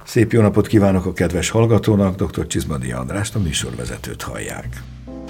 Szép jó napot kívánok a kedves hallgatónak, dr. Csizmadi Andrást, a műsorvezetőt hallják.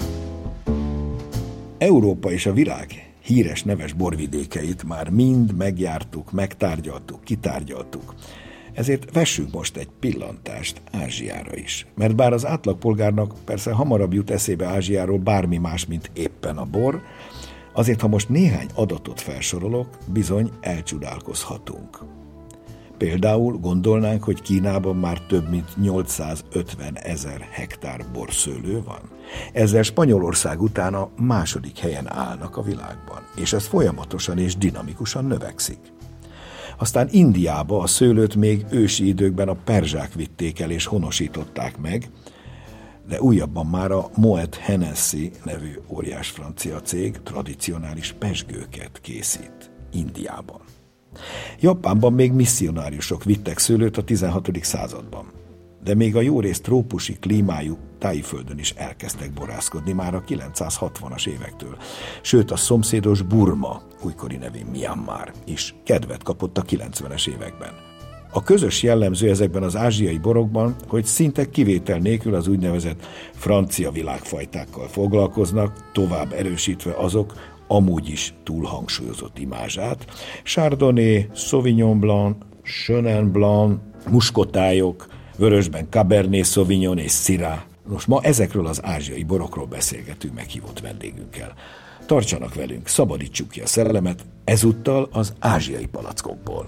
Európa és a világ híres neves borvidékeit már mind megjártuk, megtárgyaltuk, kitárgyaltuk. Ezért vessünk most egy pillantást Ázsiára is. Mert bár az átlagpolgárnak persze hamarabb jut eszébe Ázsiáról bármi más, mint éppen a bor, azért ha most néhány adatot felsorolok, bizony elcsodálkozhatunk. Például gondolnánk, hogy Kínában már több mint 850 000 hektár borszőlő van. Ezzel Spanyolország után a második helyen állnak a világban, és ez folyamatosan és dinamikusan növekszik. Aztán Indiába a szőlőt még ősi időkben a perzsák vitték el és honosították meg, de újabban már a Moet Hennessy nevű óriás francia cég tradicionális pezsgőket készít Indiában. Japánban még misszionáriusok vittek szőlőt a 16. században, de még a jórészt trópusi klímájú Tájföldön is elkezdtek borászkodni már a 960-as évektől, sőt a szomszédos Burma, újkori nevén Myanmar is kedvet kapott a 90-es években. A közös jellemző ezekben az ázsiai borokban, hogy szinte kivétel nélkül az úgynevezett francia világfajtákkal foglalkoznak, tovább erősítve azok amúgy is túlhangsúlyozott imázsát. Chardonnay, Sauvignon Blanc, Chenin Blanc, muskotályok, vörösben Cabernet Sauvignon és Syrah. Most ma ezekről az ázsiai borokról beszélgetünk meghívott vendégünkkel. Tartsanak velünk, szabadítsuk ki a szellemet, ezúttal az ázsiai palackokból.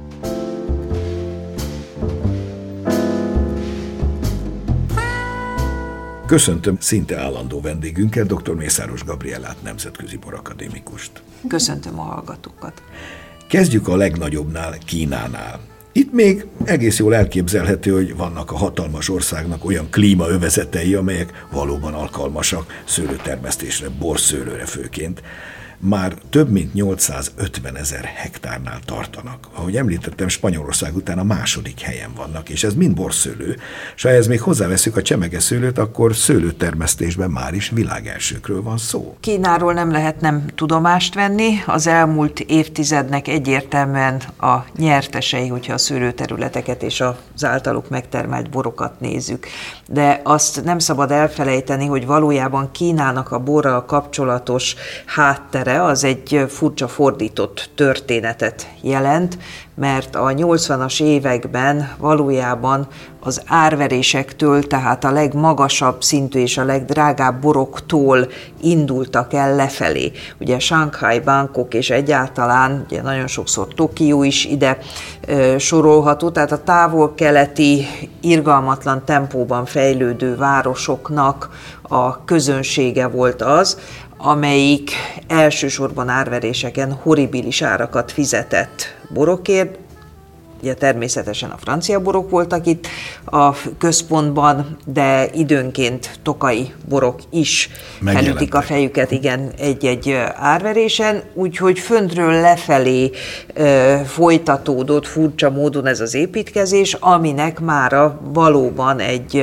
Köszöntöm szinte állandó vendégünket, dr. Mészáros Gabriellát, nemzetközi borakadémikust. Köszöntöm a hallgatókat. Kezdjük a legnagyobbnál, Kínánál. Itt még egész jól elképzelhető, hogy vannak a hatalmas országnak olyan klímaövezetei, amelyek valóban alkalmasak szőlőtermesztésre, borszőlőre főként. Már több mint 850 000 hektárnál tartanak. Ahogy említettem, Spanyolország után a második helyen vannak, és ez mind borszőlő. És ha ehhez még hozzáveszünk a csemegeszőlőt, akkor szőlőtermesztésben már is világelsőkről van szó. Kínáról nem lehet nem tudomást venni. Az elmúlt évtizednek egyértelműen a nyertesei, hogyha a szőlőterületeket és az általuk megtermelt borokat nézzük. De azt nem szabad elfelejteni, hogy valójában Kínának a borral kapcsolatos háttere az egy furcsa fordított történetet jelent, mert a 80-as években valójában az árverésektől, tehát a legmagasabb szintű és a legdrágább boroktól indultak el lefelé. Ugye Shanghai, Bangkok és egyáltalán ugye nagyon sokszor Tokió is ide sorolható, tehát a távol-keleti, irgalmatlan tempóban fejlődő városoknak a közönsége volt az, amelyik elsősorban árveréseken horribilis árakat fizetett borokért. Ugye természetesen a francia borok voltak itt a központban, de időnként tokai borok is felütik a fejüket, igen, egy-egy árverésen, úgyhogy föntről lefelé folytatódott furcsa módon ez az építkezés, aminek mára valóban egy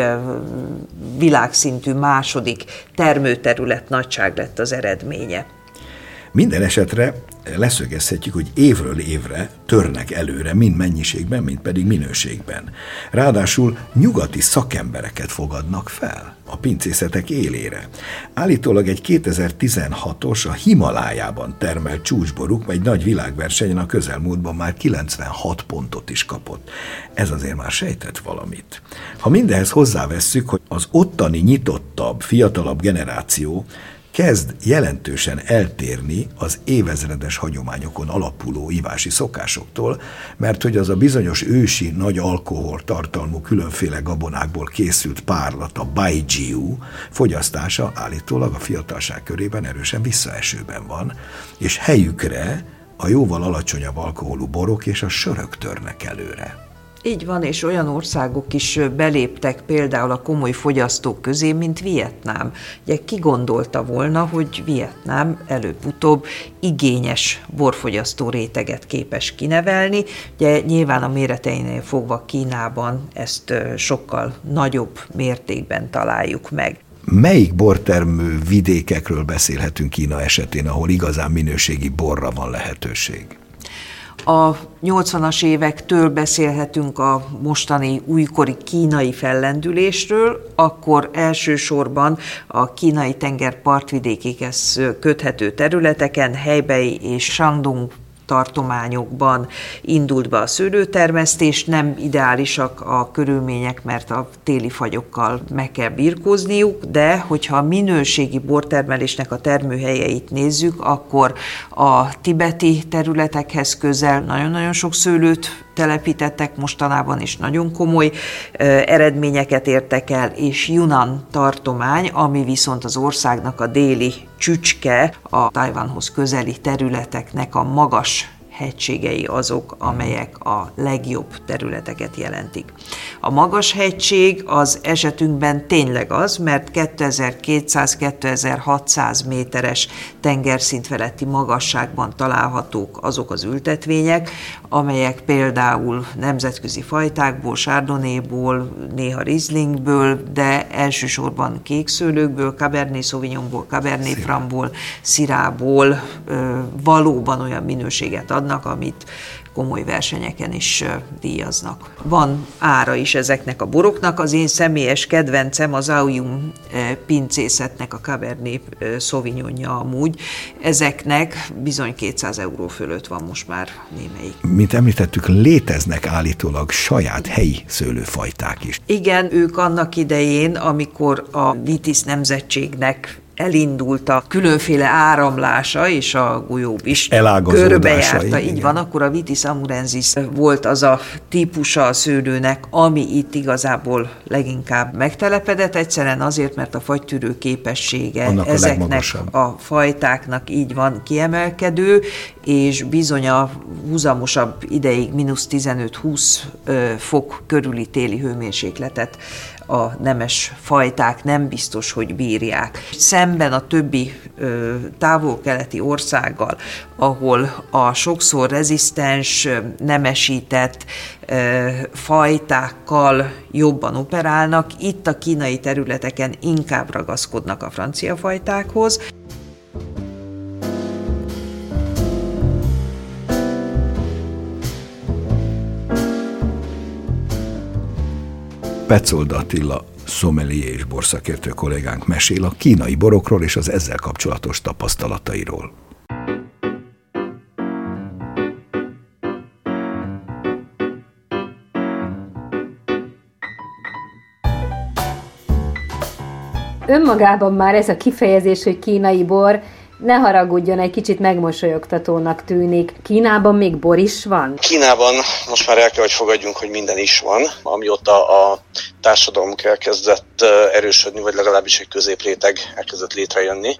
világszintű második termőterület nagyság lett az eredménye. Minden esetre leszögezhetjük, hogy évről évre törnek előre, mind mennyiségben, mind pedig minőségben. Ráadásul nyugati szakembereket fogadnak fel a pincészetek élére. Állítólag egy 2016-os a Himalájában termelt csúcsboruk egy nagy világversenyen a közelmúltban már 96 pontot is kapott. Ez azért már sejtett valamit. Ha mindehez hozzávesszük, hogy az ottani nyitottabb, fiatalabb generáció kezd jelentősen eltérni az évezredes hagyományokon alapuló ivási szokásoktól, mert hogy az a bizonyos ősi nagy alkoholtartalmú különféle gabonákból készült párlat, a baijiu fogyasztása állítólag a fiatalság körében erősen visszaesőben van, és helyükre a jóval alacsonyabb alkoholú borok és a sörök törnek előre. Így van, és olyan országok is beléptek például a komoly fogyasztók közé, mint Vietnám. Ugye ki gondolta volna, hogy Vietnám előbb-utóbb igényes borfogyasztó réteget képes kinevelni. Ugye nyilván a méreteinél fogva Kínában ezt sokkal nagyobb mértékben találjuk meg. Melyik bortermő vidékekről beszélhetünk Kína esetén, ahol igazán minőségi borra van lehetőség? A 80-as évektől beszélhetünk a mostani újkori kínai fellendülésről, akkor elsősorban a kínai tenger partvidékéhez köthető területeken, Hebei és Shandong tartományokban indult be a szőlőtermesztés, nem ideálisak a körülmények, mert a téli fagyokkal meg kell birkózniuk, de hogyha a minőségi bortermelésnek a termőhelyeit nézzük, akkor a tibeti területekhez közel nagyon-nagyon sok szőlőt telepítettek mostanában, is nagyon komoly eredményeket értek el, és Yunnan tartomány, ami viszont az országnak a déli csücske, a Tajvanhoz közeli területeknek a magas hegységei azok, amelyek a legjobb területeket jelentik. A magas hegység az esetünkben tényleg az, mert 2200-2600 méteres tengerszint feletti magasságban találhatók azok az ültetvények, amelyek például nemzetközi fajtákból, Chardonnayból, néha Rieslingből, de elsősorban kékszőlőkből, Cabernet Sauvignonból, Cabernet Francból, Syrahból valóban olyan minőséget adnak, amit komoly versenyeken is díjaznak. Van ára is ezeknek a boroknak. Az én személyes kedvencem az Auyum pincészetnek a Cabernet Sauvignonja amúgy. Ezeknek bizony 200 euró fölött van most már némelyik. Mint említettük, léteznek állítólag saját helyi szőlőfajták is. Igen, ők annak idején, amikor a Vitis nemzetségnek elindult a különféle áramlása, és a golyó is körbejárta. Így van, akkor a Vitis amurensis volt az a típusa a szőlőnek, ami itt igazából leginkább megtelepedett, egyszerűen azért, mert a fagytűrő képessége annak ezeknek a fajtáknak így van kiemelkedő, és bizony a húzamosabb ideig -15-20 fok körüli téli hőmérsékletet a nemes fajták nem biztos, hogy bírják. Szemben a többi távol-keleti országgal, ahol a sokszor rezisztens, nemesített fajtákkal jobban operálnak, itt a kínai területeken inkább ragaszkodnak a francia fajtákhoz. Petzold Attila, szomelié és borszakértő kollégánk mesél a kínai borokról és az ezzel kapcsolatos tapasztalatairól. Önmagában már ez a kifejezés, hogy kínai bor, ne haragudjon, egy kicsit megmosolyogtatónak tűnik. Kínában még bor is van? Kínában most már el kell, hogy fogadjunk, hogy minden is van. Amióta a társadalomunk elkezdett erősödni, vagy legalábbis egy középréteg elkezdett létrejönni,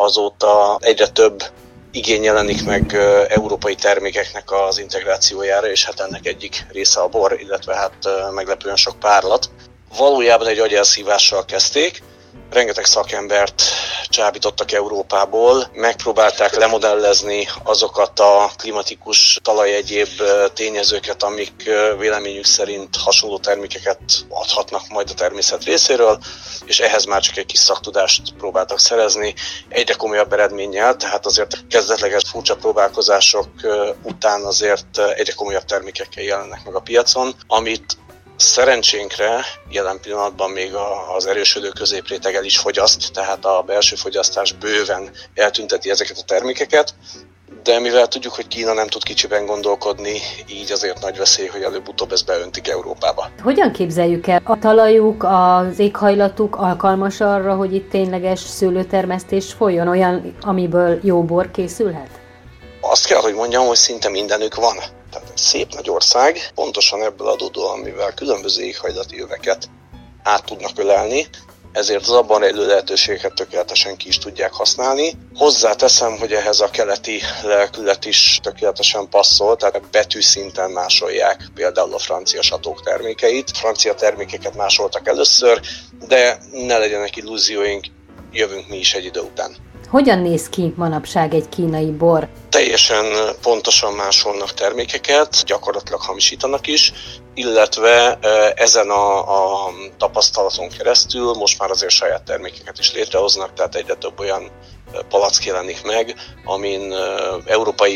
azóta egyre több igény jelenik meg európai termékeknek az integrációjára, és hát ennek egyik része a bor, illetve hát meglepően sok párlat. Valójában egy agyelszívással kezdték, rengeteg szakembert csábítottak Európából, megpróbálták lemodellezni azokat a klimatikus, talajegyéb tényezőket, amik véleményük szerint hasonló termékeket adhatnak majd a természet részéről, és ehhez már csak egy kis szaktudást próbáltak szerezni, egyre komolyabb eredménnyel, tehát azért kezdetleges furcsa próbálkozások után azért egyre komolyabb termékekkel jelennek meg a piacon, amit szerencsénkre jelen pillanatban még az erősödő középréteg el is fogyaszt, tehát a belső fogyasztás bőven eltünteti ezeket a termékeket, de mivel tudjuk, hogy Kína nem tud kicsiben gondolkodni, így azért nagy veszély, hogy előbb-utóbb ez beöntik Európába. Hogyan képzeljük el? A talajuk, az éghajlatuk alkalmas arra, hogy itt tényleges szőlőtermesztés folyjon, olyan, amiből jó bor készülhet? Azt kell, hogy mondjam, hogy szinte mindenük van. Tehát egy szép nagy ország, pontosan ebből adódóan, mivel különböző éghajlati öveket át tudnak ölelni, ezért az abban rejlő lehetőségeket tökéletesen ki is tudják használni. Hozzáteszem, hogy ehhez a keleti lelkület is tökéletesen passzol, tehát betűszinten másolják például a francia satók termékeit. Francia termékeket másoltak először, de ne legyenek illúzióink, jövünk mi is egy idő után. Hogyan néz ki manapság egy kínai bor? Teljesen pontosan másolnak termékeket, gyakorlatilag hamisítanak is, illetve ezen a tapasztalaton keresztül most már azért saját termékeket is létrehoznak, tehát egyre több olyan palack jelenik meg, amin európai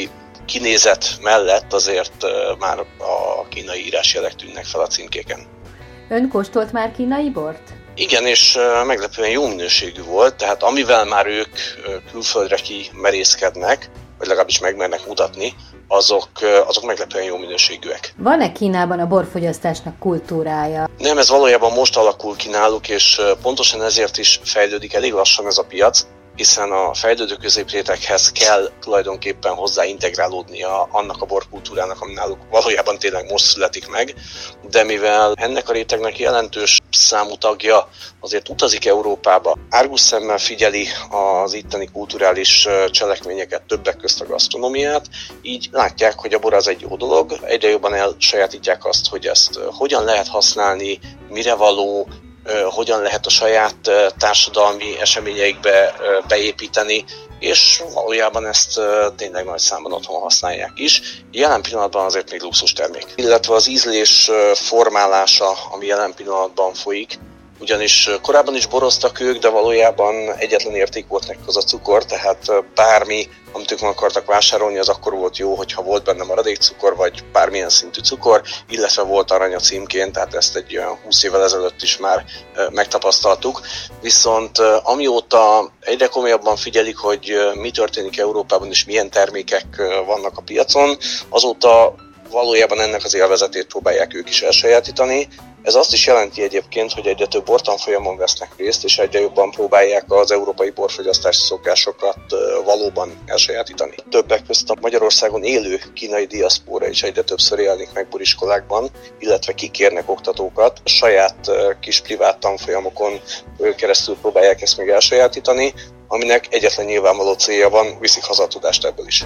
kinézet mellett azért már a kínai írásjelek tűnnek fel a címkéken. Ön kóstolt már kínai bort? Igen, és meglepően jó minőségű volt, tehát amivel már ők külföldre kimerészkednek, vagy legalábbis megmernek mutatni, azok meglepően jó minőségűek. Van-e Kínában a borfogyasztásnak kultúrája? Nem, ez valójában most alakul ki náluk, és pontosan ezért is fejlődik elég lassan ez a piac, hiszen a fejlődő középréteghez kell tulajdonképpen hozzáintegrálódnia annak a borkultúrának, ami náluk valójában tényleg most születik meg, de mivel ennek a rétegnek jelentős számú tagja azért utazik Európába, árgus szemmel figyeli az itteni kulturális cselekményeket, többek közt a gasztronómiát, így látják, hogy a bor az egy jó dolog, egyre jobban elsajátítják azt, hogy ezt hogyan lehet használni, mire való, hogyan lehet a saját társadalmi eseményeikbe beépíteni, és valójában ezt tényleg nagy számban otthon használják is. Jelen pillanatban azért még luxus termék. Illetve az ízlés formálása, ami jelen pillanatban folyik, ugyanis korábban is boroztak ők, de valójában egyetlen érték volt nekik az a cukor, tehát bármi, amit ők meg akartak vásárolni, az akkor volt jó, hogyha volt benne maradékcukor, vagy bármilyen szintű cukor, illetve volt arany a címkén, tehát ezt egy olyan 20 évvel ezelőtt is már megtapasztaltuk. Viszont amióta egyre komolyabban figyelik, hogy mi történik Európában és milyen termékek vannak a piacon, azóta valójában ennek az élvezetét próbálják ők is elsajátítani. Ez azt is jelenti egyébként, hogy egyre több bortanfolyamon vesznek részt, és egyre jobban próbálják az európai borfogyasztási szokásokat valóban elsajátítani. Többek közt a Magyarországon élő kínai diaszpóra is egyre többször jelenik meg boriskolákban, illetve kikérnek oktatókat. A saját kis privát tanfolyamokon keresztül próbálják ezt még elsajátítani, aminek egyetlen nyilvánvaló célja van, viszik haza a tudást ebből is.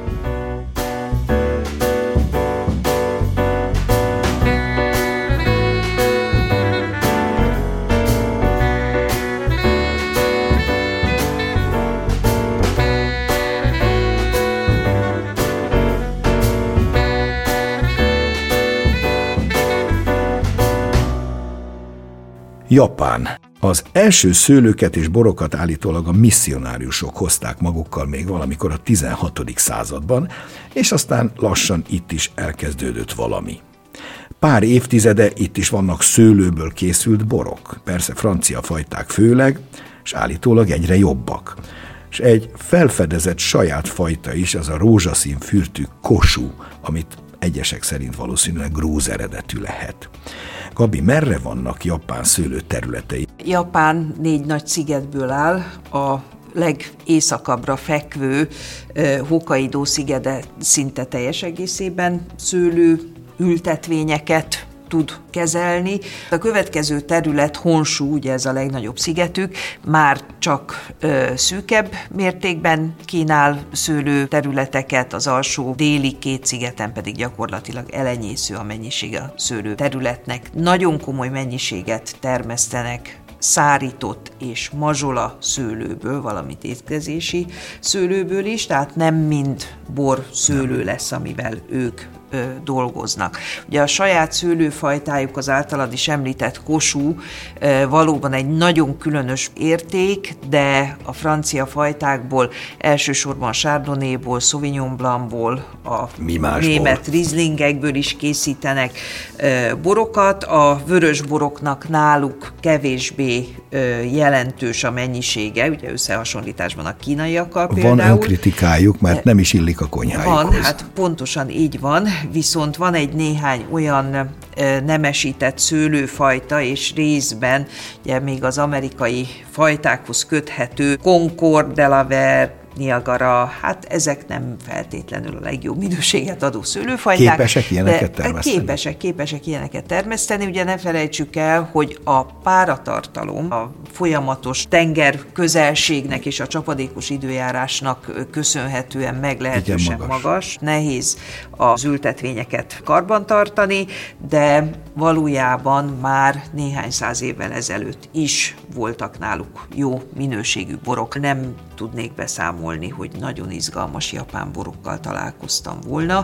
Japán. Az első szőlőket és borokat állítólag a misszionáriusok hozták magukkal még valamikor a 16. században, és aztán lassan itt is elkezdődött valami. Pár évtizede itt is vannak szőlőből készült borok, persze francia fajták főleg, és állítólag egyre jobbak. És egy felfedezett saját fajta is, az a rózsaszín fürtű kosú, amit egyesek szerint valószínűleg grúz eredetű lehet. Gabi, merre vannak Japán szőlőterületei? Japán 4 nagy szigetből áll, a legészakabbra fekvő Hokkaido szigete szinte teljes egészében szőlő ültetvényeket tud kezelni. A következő terület Honshu, ugye ez a legnagyobb szigetük, már csak szűkebb mértékben kínál szőlő területeket, az alsó déli 2 szigeten pedig gyakorlatilag elenyésző a mennyiség a szőlő területnek. Nagyon komoly mennyiséget termesztenek szárított és mazsola szőlőből, valamint étkezési szőlőből is, tehát nem mind bor szőlő lesz, amivel ők dolgoznak. Ugye a saját szőlőfajtájuk, az általad is említett kosú valóban egy nagyon különös érték, de a francia fajtákból, elsősorban Chardonnayból, Sauvignon Blancból, a német Rieslingekből is készítenek borokat. A vörös boroknak náluk kevésbé jelentős a mennyisége, ugye összehasonlításban a kínaiakkal például. Van önkritikájuk, mert nem is illik a konyhájukhoz. Van, hát pontosan így van, viszont van egy néhány olyan nemesített szőlőfajta, és részben ugye még az amerikai fajtákhoz köthető Concord, Delaware, Niagara, hát ezek nem feltétlenül a legjobb minőséget adó szőlőfajták. Képesek ilyeneket termeszteni? Képesek ilyeneket termeszteni. Ugye ne felejtsük el, hogy a páratartalom, a folyamatos tenger közelségnek és a csapadékos időjárásnak köszönhetően meglehetősen magas. Nehéz az ültetvényeket karbantartani, de valójában már néhány száz évvel ezelőtt is voltak náluk jó minőségű borok. Nem tudnék beszámolni, hogy nagyon izgalmas japán borokkal találkoztam volna.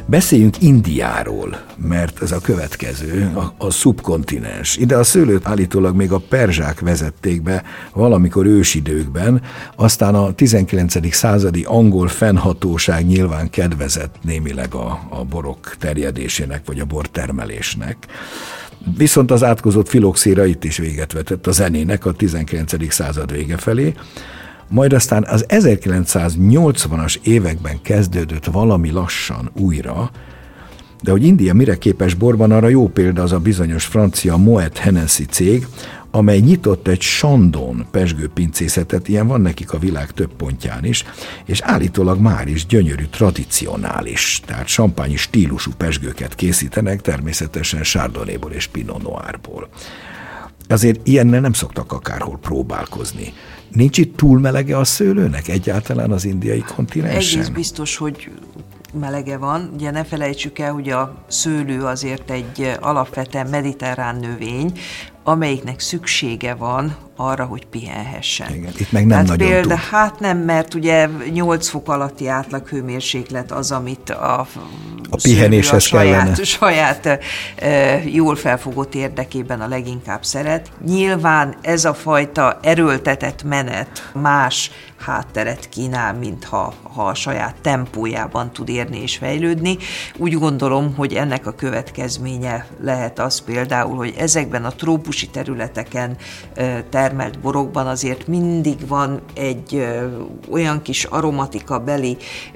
Beszéljünk Indiáról, mert ez a következő, a szubkontinens. Ide a szőlőt állítólag még a perzsák vezették be valamikor ősidőkben, aztán a 19. századi angol fennhatóság nyilván kedvezett némileg a borok terjedésének, vagy a bortermelésnek. Viszont az átkozott filoxéra itt is véget vetett a zenének a 19. század vége felé, majd aztán az 1980-as években kezdődött valami lassan újra, de hogy India mire képes borban, arra jó példa az a bizonyos francia Moet Hennessy cég, amely nyitott egy Chandon pezsgőpincészetet, ilyen van nekik a világ több pontján is, és állítólag már is gyönyörű, tradicionális, tehát champagne stílusú pezsgőket készítenek, természetesen Chardonnayból és Pinot Noirból. Azért ilyennel nem szoktak akárhol próbálkozni. Nincs itt túl melege a szőlőnek egyáltalán az indiai kontinensen? Egész biztos, hogy melege van. Ugye ne felejtsük el, hogy a szőlő azért egy alapvetően mediterrán növény, amelyiknek szüksége van arra, hogy pihenhessen. Igen, itt meg nem nagyon tud. Hát nem, mert ugye 8 fok alatti átlaghőmérséklet az, amit a pihenéshez saját jól felfogott érdekében a leginkább szeret. Nyilván ez a fajta erőltetett menet más hátteret kínál, mintha a saját tempójában tud érni és fejlődni. Úgy gondolom, hogy ennek a következménye lehet az például, hogy ezekben a trópusi területeken termelt borokban azért mindig van egy olyan kis aromatika beli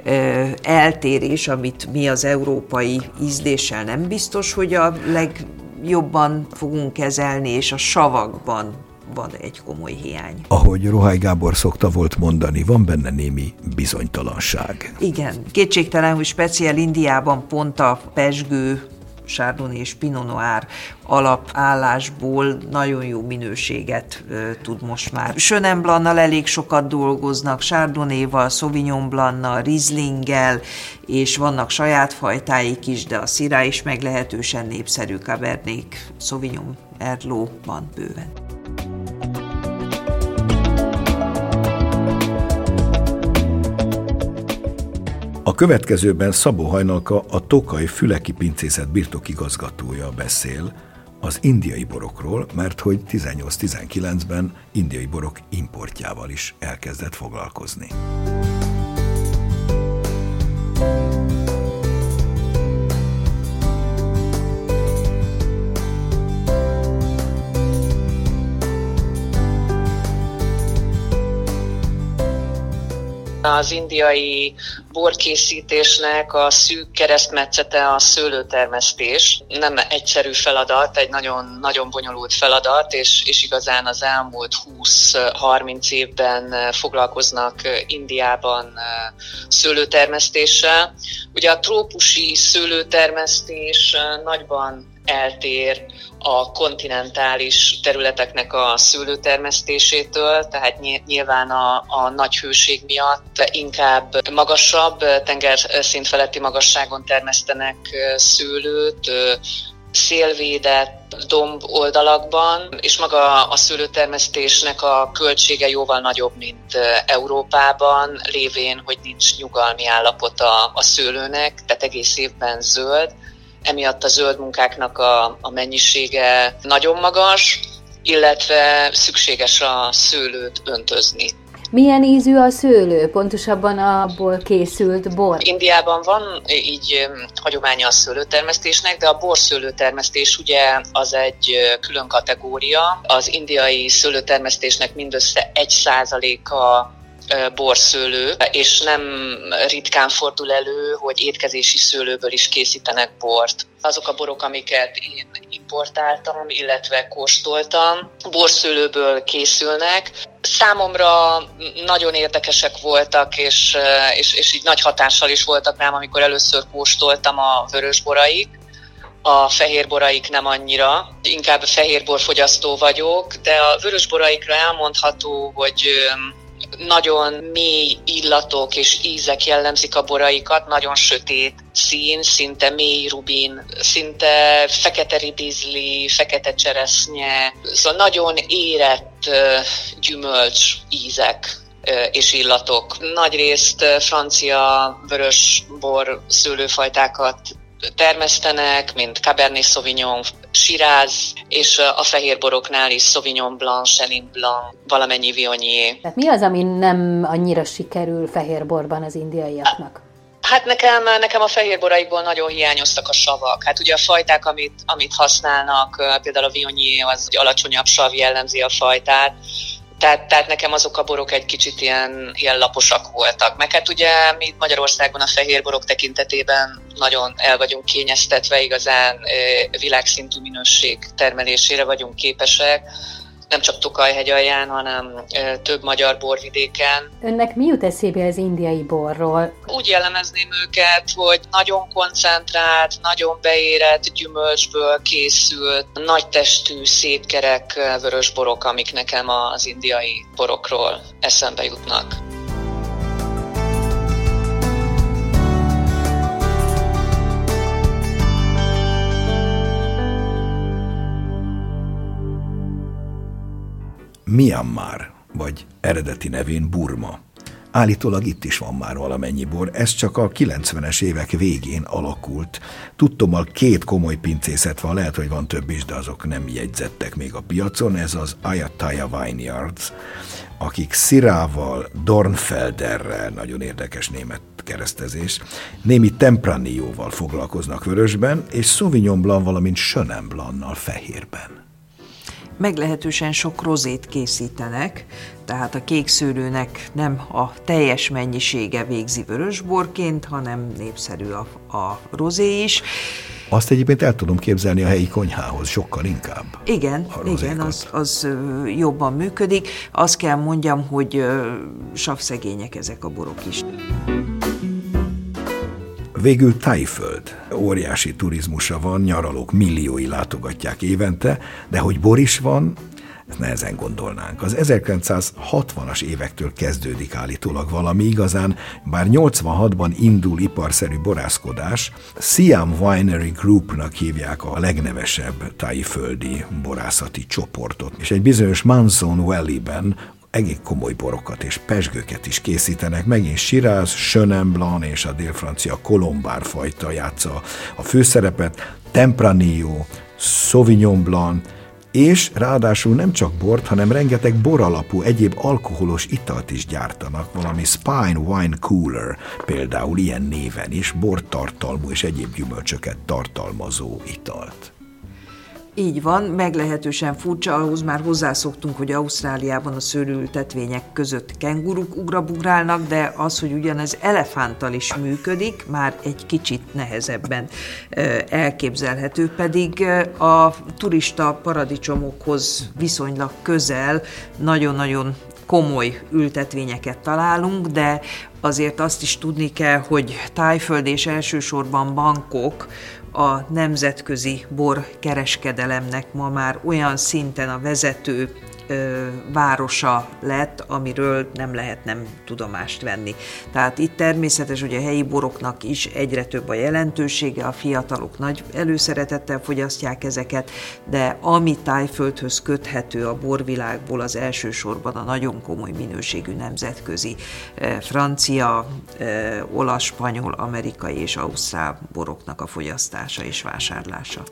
eltérés, amit mi az európai ízléssel nem biztos, hogy a legjobban fogunk kezelni, és a savakban van egy komoly hiány. Ahogy Rohály Gábor szokta volt mondani, van benne némi bizonytalanság. Igen, kétségtelen, hogy speciál Indiában pont a pezsgő, Chardonnay és Pinot Noir alapállásból nagyon jó minőséget tud most már. Chenin Blanc-nal elég sokat dolgoznak, Chardonnay-val, Sauvignon Blanc-nal, Rieslinggel, és vannak saját fajtáik is, de a Syrah is meglehetősen népszerű, Cabernet Sauvignon Merlot van bőven. A következőben Szabó Hajnalka, a Tokaj Füleki Pincészet birtokigazgatója beszél az indiai borokról, mert hogy 18-19-ben indiai borok importjával is elkezdett foglalkozni. Az indiai borkészítésnek a szűk keresztmetszete a szőlőtermesztés. Nem egyszerű feladat, egy nagyon, nagyon bonyolult feladat, és igazán az elmúlt 20-30 évben foglalkoznak Indiában szőlőtermesztéssel. Ugye a trópusi szőlőtermesztés nagyban eltér a kontinentális területeknek a szőlőtermesztésétől, tehát nyilván a nagy hőség miatt inkább magasabb, tengerszint feletti magasságon termesztenek szőlőt, szélvédett domb oldalakban, és maga a szőlőtermesztésnek a költsége jóval nagyobb, mint Európában, lévén, hogy nincs nyugalmi állapota a szőlőnek, tehát egész évben zöld. Emiatt a zöld munkáknak a mennyisége nagyon magas, illetve szükséges a szőlőt öntözni. Milyen ízű a szőlő, pontosabban abból készült bor? Indiában van így hagyománya a szőlőtermesztésnek, de a borszőlőtermesztés ugye az egy külön kategória. Az indiai szőlőtermesztésnek mindössze 1%-a borszőlő, és nem ritkán fordul elő, hogy étkezési szőlőből is készítenek bort. Azok a borok, amiket én importáltam, illetve kóstoltam, borszőlőből készülnek. Számomra nagyon érdekesek voltak, és így nagy hatással is voltak rám, amikor először kóstoltam a vörösboraik. A fehérboraik nem annyira, inkább fehérborfogyasztó vagyok, de a vörösboraikra elmondható, hogy nagyon mély illatok és ízek jellemzik a boraikat, nagyon sötét szín, szinte mély rubin, szinte fekete ribizli, fekete cseresznye, szóval nagyon érett gyümölcs ízek és illatok. Nagyrészt francia vörösbor szőlőfajtákat termesztenek, mint Cabernet Sauvignon, Shiraz, és a fehérboroknál is Sauvignon Blanc, Chenin Blanc, valamennyi Viognier. Tehát mi az, ami nem annyira sikerül fehérborban az indiaiaknak? Hát nekem a fehérboraikból nagyon hiányoztak a savak. Hát ugye a fajták, amit használnak, például a Viognier, az alacsonyabb sav jellemzi a fajtát, tehát nekem azok a borok egy kicsit ilyen laposak voltak. Meg hát ugye mi Magyarországon a fehérborok tekintetében nagyon el vagyunk kényeztetve, igazán világszintű minőség termelésére vagyunk képesek, nem csak Tokaj-hegyalján, hanem több magyar borvidéken. Önnek mi jut eszébe az indiai borról? Úgy jellemezném őket, hogy nagyon koncentrált, nagyon beérett gyümölcsből készült, nagy testű, szép kerek vörösborok, amik nekem az indiai borokról eszembe jutnak. Myanmar, vagy eredeti nevén Burma. Állítólag itt is van már valamennyi bor, ez csak a 90-es évek végén alakult. Tudtommal 2 komoly pincészet van, lehet, hogy van több is, de azok nem jegyzettek még a piacon, ez az Ayatollah Vineyards, akik Syrahval, Dornfelderrel, nagyon érdekes német keresztezés, némi Tempranilloval foglalkoznak vörösben, és Sauvignon Blanc, valamint Chenin Blancnal fehérben. Meglehetősen sok rozét készítenek, tehát a kékszőlőnek nem a teljes mennyisége végzi vörösborként, hanem népszerű a rozé is. Azt egyébként el tudom képzelni a helyi konyhához sokkal inkább. Igen, az jobban működik. Azt kell mondjam, hogy savszegények ezek a borok is. Végül Thaiföld. Óriási turizmusa van, nyaralók milliói látogatják évente, de hogy bor is van, ezt nehezen gondolnánk. Az 1960-as évektől kezdődik állítólag valami igazán, bár 86-ban indul iparszerű borászkodás. Siam Winery Groupnak hívják a legnevesebb thaiföldi borászati csoportot, és egy bizonyos Manson Valley-ben egész komoly borokat és pezsgőket is készítenek, megint Shiraz, Chenin Blanc és a délfrancia Colombard fajta játsza a főszerepet, Tempranillo, Sauvignon Blanc, és ráadásul nem csak bort, hanem rengeteg boralapú egyéb alkoholos italt is gyártanak, valami Spine Wine Cooler, például ilyen néven is, bortartalmú és egyéb gyümölcsöket tartalmazó italt. Így van, meglehetősen furcsa, ahhoz már hozzászoktunk, hogy Ausztráliában a szőlőültetvények között kenguruk ugrabugrálnak, de az, hogy ugyanez elefánttal is működik, már egy kicsit nehezebben elképzelhető, pedig a turista paradicsomokhoz viszonylag közel nagyon-nagyon komoly ültetvényeket találunk, de azért azt is tudni kell, hogy Thaiföld és elsősorban Bangkok a nemzetközi borkereskedelemnek ma már olyan szinten a vezető városa lett, amiről nem lehet nem tudomást venni. Tehát itt természetes, hogy a helyi boroknak is egyre több a jelentősége, a fiatalok nagy előszeretettel fogyasztják ezeket, de ami Thaiföldhöz köthető a borvilágból, az elsősorban a nagyon komoly minőségű nemzetközi francia, olasz, spanyol, amerikai és ausztrál boroknak a fogyasztása és vásárlása.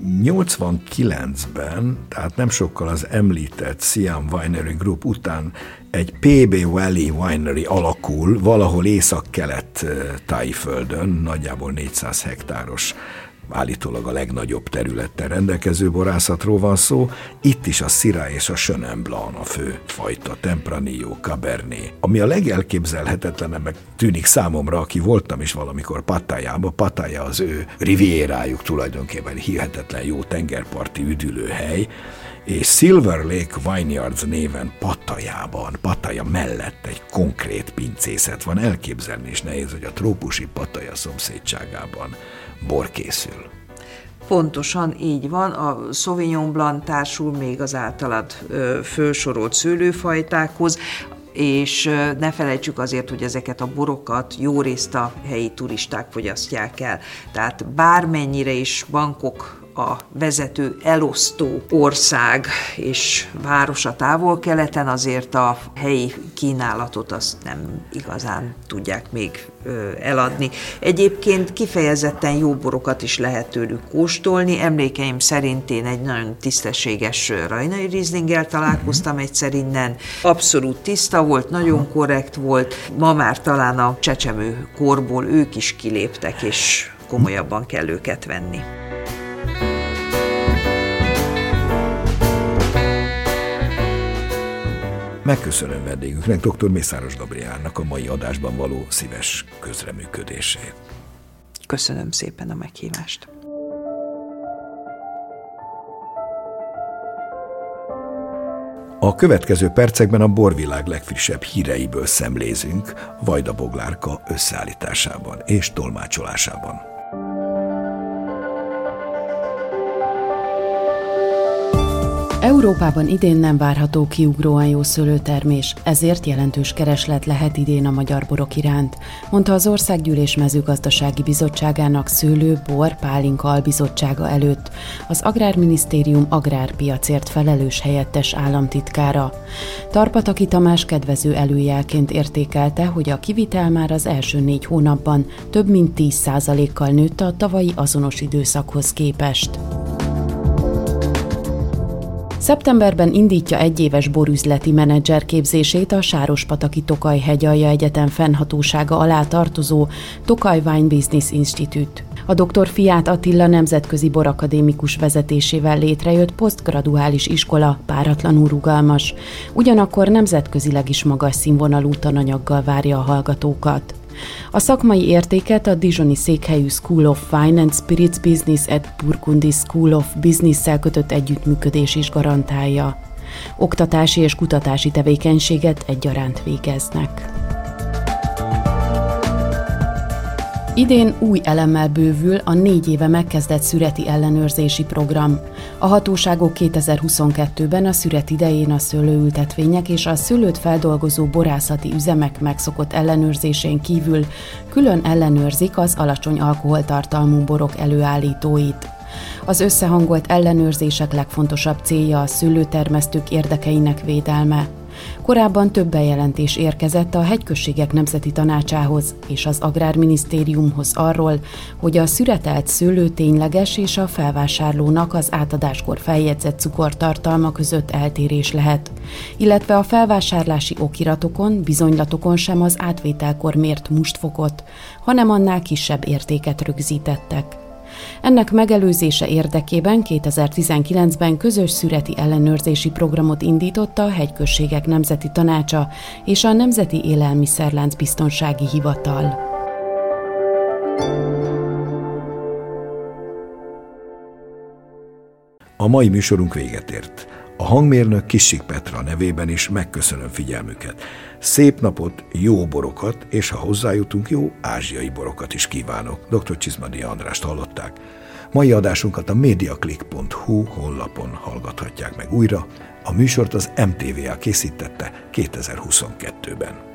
89-ben, tehát nem sokkal az említett Siam Winery Group után egy PB Valley Winery alakul valahol észak-kelet Thaiföldön, nagyjából 400 hektáros, állítólag a legnagyobb területtel rendelkező borászatról van szó. Itt is a Syrah és a Chenin Blanc a fő fajta, Tempranillo, Cabernet. Ami a legelképzelhetetlenebbnek tűnik számomra, aki voltam is valamikor Pattayában, Pattaya az ő rivierájuk, tulajdonképpen hihetetlen jó tengerparti üdülőhely, és Silver Lake Vineyards néven Pattaya mellett egy konkrét pincészet van, elképzelni is nehéz, hogy a trópusi Pattaya szomszédságában bor készül. Pontosan így van, a Sauvignon Blanc társul még az általad fölsorolt szőlőfajtákhoz, és ne felejtsük azért, hogy ezeket a borokat jórészt a helyi turisták fogyasztják el. Tehát bármennyire is Bangkok a vezető elosztó ország és város a Távol-Keleten, azért a helyi kínálatot azt nem igazán tudják még eladni. Egyébként kifejezetten jó borokat is lehet tőlük kóstolni. Emlékeim szerint én egy nagyon tisztességes rajnai Rieslinggel találkoztam egyszer innen. Abszolút tiszta volt, nagyon korrekt volt. Ma már talán a csecsemő korból ők is kiléptek, és komolyabban kell őket venni. Megköszönöm vendégünknek, dr. Mészáros Gabrielnek a mai adásban való szíves közreműködését. Köszönöm szépen a meghívást. A következő percekben a borvilág legfrissebb híreiből szemlézünk Vajda Boglárka összeállításában és tolmácsolásában. Európában idén nem várható kiugróan jó szőlőtermés, ezért jelentős kereslet lehet idén a magyar borok iránt, mondta az Országgyűlés Mezőgazdasági Bizottságának szőlő, bor, pálinka albizottsága előtt az Agrárminisztérium agrárpiacért felelős helyettes államtitkára. Tarpataki Tamás kedvező előjelként értékelte, hogy a kivitel már az első 4 hónapban több mint 10%-kal nőtt a tavalyi azonos időszakhoz képest. Szeptemberben indítja egyéves borüzleti menedzser képzését a Sárospataki Tokaj Hegyalja Egyetem fennhatósága alá tartozó Tokaj Wine Business Institute. A dr. Fiát Attila nemzetközi borakadémikus vezetésével létrejött posztgraduális iskola páratlanul rugalmas, ugyanakkor nemzetközileg is magas színvonalú tananyaggal várja a hallgatókat. A szakmai értéket a dijoni székhelyű School of Wine and Spirits Business at Burgundy School of Business-szel kötött együttműködés is garantálja. Oktatási és kutatási tevékenységet egyaránt végeznek. Idén új elemmel bővül a 4 éve megkezdett szüreti ellenőrzési program. A hatóságok 2022-ben a szüret idején a szőlőültetvények és a szőlőt feldolgozó borászati üzemek megszokott ellenőrzésén kívül külön ellenőrzik az alacsony alkoholtartalmú borok előállítóit. Az összehangolt ellenőrzések legfontosabb célja a szőlőtermesztők érdekeinek védelme. Korábban több bejelentés érkezett a Hegyközségek Nemzeti Tanácsához és az Agrárminisztériumhoz arról, hogy a szüretelt szőlő tényleges és a felvásárlónak az átadáskor feljegyzett cukortartalma között eltérés lehet, illetve a felvásárlási okiratokon, bizonylatokon sem az átvételkor mért mustfokot, hanem annál kisebb értéket rögzítettek. Ennek megelőzése érdekében 2019-ben közös szüreti ellenőrzési programot indította a Hegyközségek Nemzeti Tanácsa és a Nemzeti Élelmiszerlánc Biztonsági Hivatal. A mai műsorunk véget ért. A hangmérnök Kissik Petra nevében is megköszönöm figyelmüket. Szép napot, jó borokat, és ha hozzájutunk, jó ázsiai borokat is kívánok. Dr. Csizmadia Andrást hallották. Mai adásunkat a mediaclick.hu honlapon hallgathatják meg újra. A műsort az MTVA készítette 2022-ben.